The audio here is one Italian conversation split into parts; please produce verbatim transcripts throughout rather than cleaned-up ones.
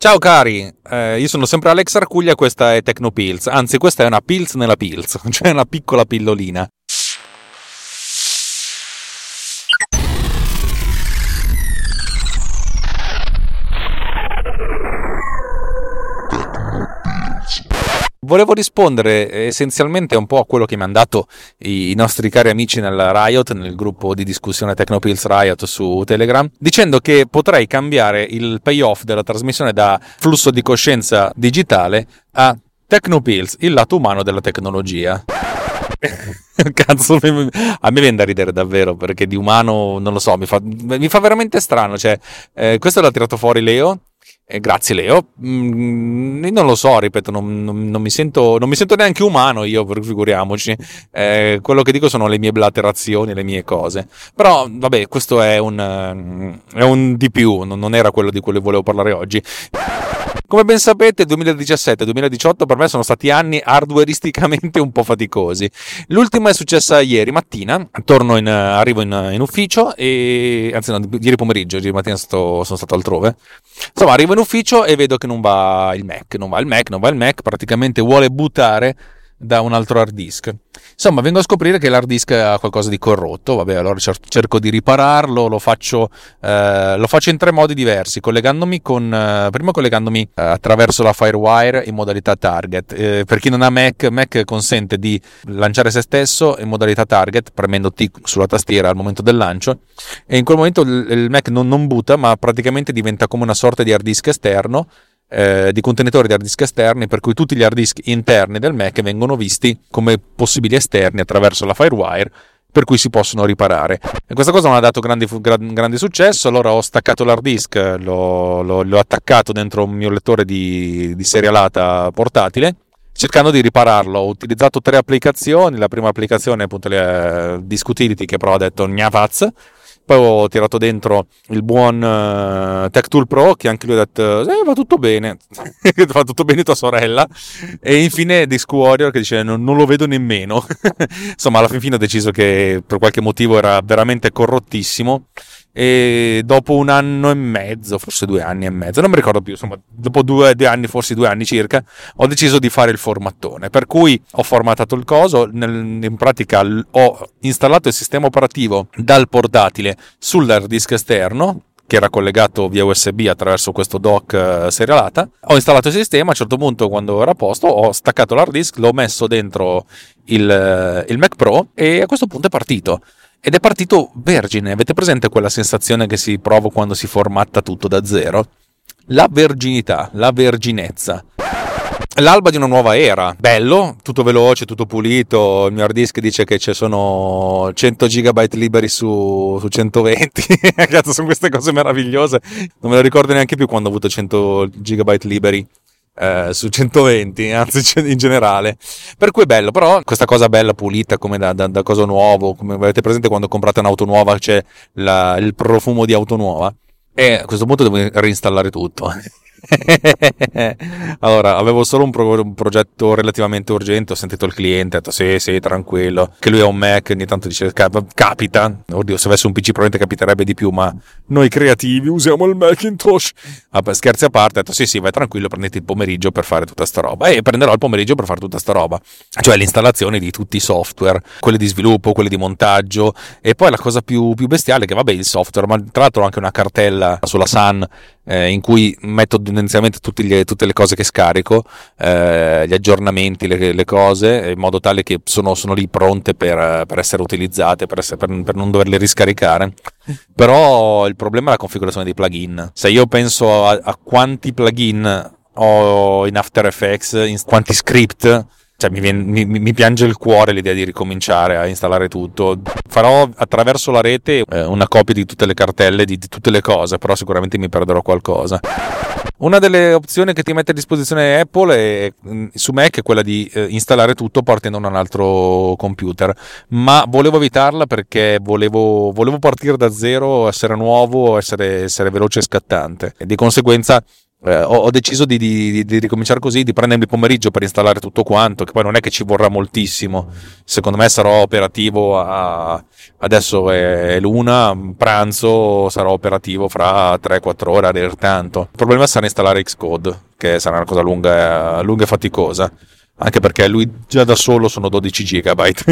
Ciao cari, eh, io sono sempre Alex Arcuglia, questa è Tecnopills, anzi questa è una Pills nella Pills, cioè una piccola pillolina. Volevo rispondere essenzialmente un po' a quello che mi hanno dato i nostri cari amici nel Riot, nel gruppo di discussione Tecnopills Riot su Telegram, dicendo che potrei cambiare il payoff della trasmissione da flusso di coscienza digitale a Tecnopills, il lato umano della tecnologia. Cazzo, a me viene da ridere davvero, perché di umano non lo so, mi fa, mi fa veramente strano. Cioè, eh, questo l'ha tirato fuori Leo. Eh, grazie Leo, mm, non lo so, ripeto, non, non, non, mi sento, non mi sento neanche umano io, figuriamoci. Eh, quello che dico sono le mie blaterazioni, le mie cose. Però vabbè, questo è un, è un di più, non era quello di cui volevo parlare oggi. Come ben sapete, duemiladiciassette duemiladiciotto per me sono stati anni hardwareisticamente un po' faticosi. L'ultima è successa ieri mattina, torno in, arrivo in, in ufficio, e anzi no, ieri pomeriggio, ieri mattina sto, sono stato altrove. Insomma, arrivo in ufficio e vedo che non va il Mac, non va il Mac, non va il Mac, praticamente vuole buttare da un altro hard disk. Insomma, vengo a scoprire che l'hard disk ha qualcosa di corrotto. Vabbè, allora cerco di ripararlo, lo faccio, eh, lo faccio in tre modi diversi, collegandomi con, eh, prima collegandomi eh, attraverso la Firewire in modalità target. Eh, per chi non ha Mac, Mac consente di lanciare se stesso in modalità target, premendo T sulla tastiera al momento del lancio, e in quel momento il, il Mac non, non butta, ma praticamente diventa come una sorta di hard disk esterno, Eh, di contenitori di hard disk esterni, per cui tutti gli hard disk interni del Mac vengono visti come possibili esterni attraverso la Firewire, per cui si possono riparare. E questa cosa mi ha dato grandi, grande successo. Allora ho staccato l'hard disk, l'ho, l'ho, l'ho attaccato dentro un mio lettore di, di serialata portatile, cercando di ripararlo. Ho utilizzato tre applicazioni. La prima applicazione è appunto le uh, Disk Utility, che però ha detto gna paz. Poi ho tirato dentro il buon uh, TechTool Pro, che anche lui ha detto eh, va tutto bene, va tutto bene tua sorella. E infine Disk Warrior, che dice non, non lo vedo nemmeno. Insomma, alla fin fine ho deciso che per qualche motivo era veramente corrottissimo, e dopo un anno e mezzo, forse due anni e mezzo, non mi ricordo più, insomma dopo due, due anni, forse due anni circa, ho deciso di fare il formattone, per cui ho formattato il coso. Nel, in pratica ho installato il sistema operativo dal portatile sull'hard disk esterno, che era collegato via U S B attraverso questo dock uh, serialata. Ho installato il sistema, a un certo punto, quando era a posto, ho staccato l'hard disk, l'ho messo dentro il, il Mac Pro, e a questo punto è partito. Ed è partito vergine. Avete presente quella sensazione che si prova quando si formatta tutto da zero? La verginità, la verginezza. L'alba di una nuova era. Bello, tutto veloce, tutto pulito. Il mio hard disk dice che ci sono cento gigabyte liberi su, su centoventi. Cazzo, sono queste cose meravigliose. Non me lo ricordo neanche più quando ho avuto cento gigabyte liberi. Eh, su centoventi, anzi in generale, per cui è bello. Però questa cosa bella, pulita, come da, da, da cosa nuovo, come avete presente quando comprate un'auto nuova c'è la, il profumo di auto nuova, e a questo punto devo reinstallare tutto. Allora, avevo solo un, pro- un progetto relativamente urgente. Ho sentito il cliente, ho detto sì sì tranquillo, che lui ha un Mac, ogni tanto dice capita, oddio, se avesse un P C probabilmente capiterebbe di più, ma noi creativi usiamo il Macintosh. Vabbè, scherzi a parte, ho detto sì sì vai tranquillo, prendete il pomeriggio per fare tutta sta roba. E prenderò il pomeriggio per fare tutta sta roba, cioè l'installazione di tutti i software, quelli di sviluppo, quelli di montaggio. E poi la cosa più, più bestiale, che vabbè il software, ma tra l'altro ho anche una cartella sulla Sun eh, in cui metto tendenzialmente tutti gli, tutte le cose che scarico, eh, gli aggiornamenti, le, le cose, in modo tale che sono, sono lì pronte per, per essere utilizzate, per, essere, per, per non doverle riscaricare. Però il problema è la configurazione dei plugin. Se io penso a, a quanti plugin ho in After Effects, in quanti script, cioè mi, viene, mi, mi piange il cuore l'idea di ricominciare a installare tutto. Farò attraverso la rete eh, una copia di tutte le cartelle, di, di tutte le cose, però sicuramente mi perderò qualcosa. Una delle opzioni che ti mette a disposizione Apple è, su Mac, è quella di eh, installare tutto partendo da un altro computer, ma volevo evitarla perché volevo, volevo partire da zero, essere nuovo, essere, essere veloce e scattante, e di conseguenza Eh, ho, ho deciso di, di, di ricominciare così, di prendermi il pomeriggio per installare tutto quanto, che poi non è che ci vorrà moltissimo. Secondo me sarò operativo a, adesso è l'una, pranzo, sarò operativo fra tre quattro ore a dire tanto. Il problema sarà installare Xcode, che sarà una cosa lunga, lunga e faticosa, anche perché lui già da solo sono dodici gigabyte.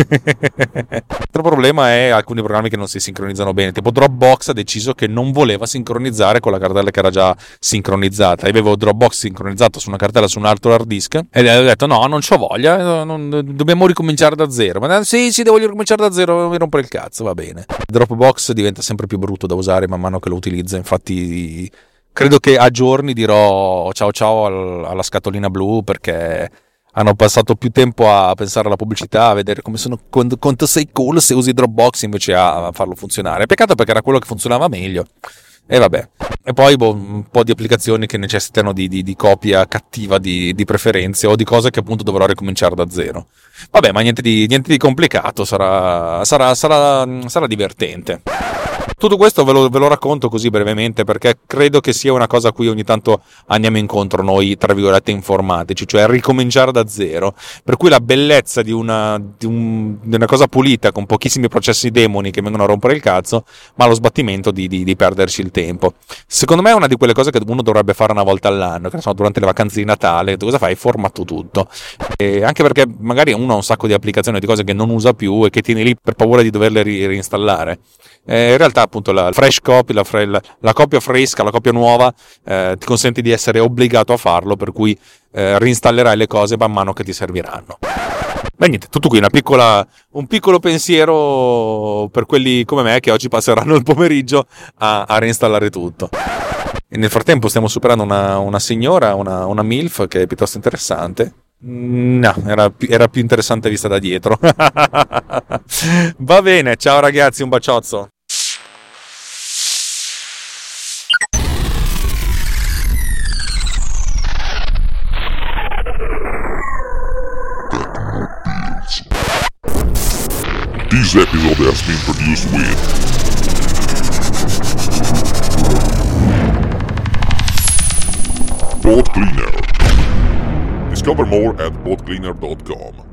L'altro problema è alcuni programmi che non si sincronizzano bene, tipo Dropbox ha deciso che non voleva sincronizzare con la cartella che era già sincronizzata. Io avevo Dropbox sincronizzato su una cartella su un altro hard disk e gli ho detto no, non c'ho voglia, non, dobbiamo ricominciare da zero. Ma sì, sì, devo ricominciare da zero, mi rompere il cazzo, va bene. Dropbox diventa sempre più brutto da usare man mano che lo utilizzo, infatti credo che a giorni dirò ciao ciao alla scatolina blu, perché hanno passato più tempo a pensare alla pubblicità, a vedere come sono, quanto, quanto sei cool se usi Dropbox invece a farlo funzionare. Peccato, perché era quello che funzionava meglio. E vabbè. E poi boh, un po' di applicazioni che necessitano di, di, di copia cattiva di, di preferenze, o di cose che appunto dovrò ricominciare da zero. Vabbè, ma niente di, niente di complicato, sarà, sarà, sarà, sarà divertente. Tutto questo ve lo, ve lo racconto così brevemente, perché credo che sia una cosa a cui ogni tanto andiamo incontro noi, tra virgolette, informatici, cioè ricominciare da zero. Per cui la bellezza di una, di, un, di una cosa pulita, con pochissimi processi demoni che vengono a rompere il cazzo, ma lo sbattimento di, di, di perderci il tempo. Secondo me è una di quelle cose che uno dovrebbe fare una volta all'anno, che ne so, durante le vacanze di Natale. Tu cosa fai? Formato tutto. E anche perché magari uno ha un sacco di applicazioni, di cose che non usa più e che tiene lì per paura di doverle ri- reinstallare. Eh, in realtà appunto la fresh copy, la, fre- la, la copia fresca, la copia nuova eh, ti consente di essere obbligato a farlo, per cui eh, reinstallerai le cose man mano che ti serviranno. Beh, niente, tutto qui, una piccola, un piccolo pensiero per quelli come me che oggi passeranno il pomeriggio a, a reinstallare tutto. E nel frattempo stiamo superando una, una signora, una, una MILF, che è piuttosto interessante. No, era più, era più interessante vista da dietro. Va bene, ciao ragazzi, un baciozzo. This episode has been produced with Pod Cleaner. Discover more at pod cleaner dot com.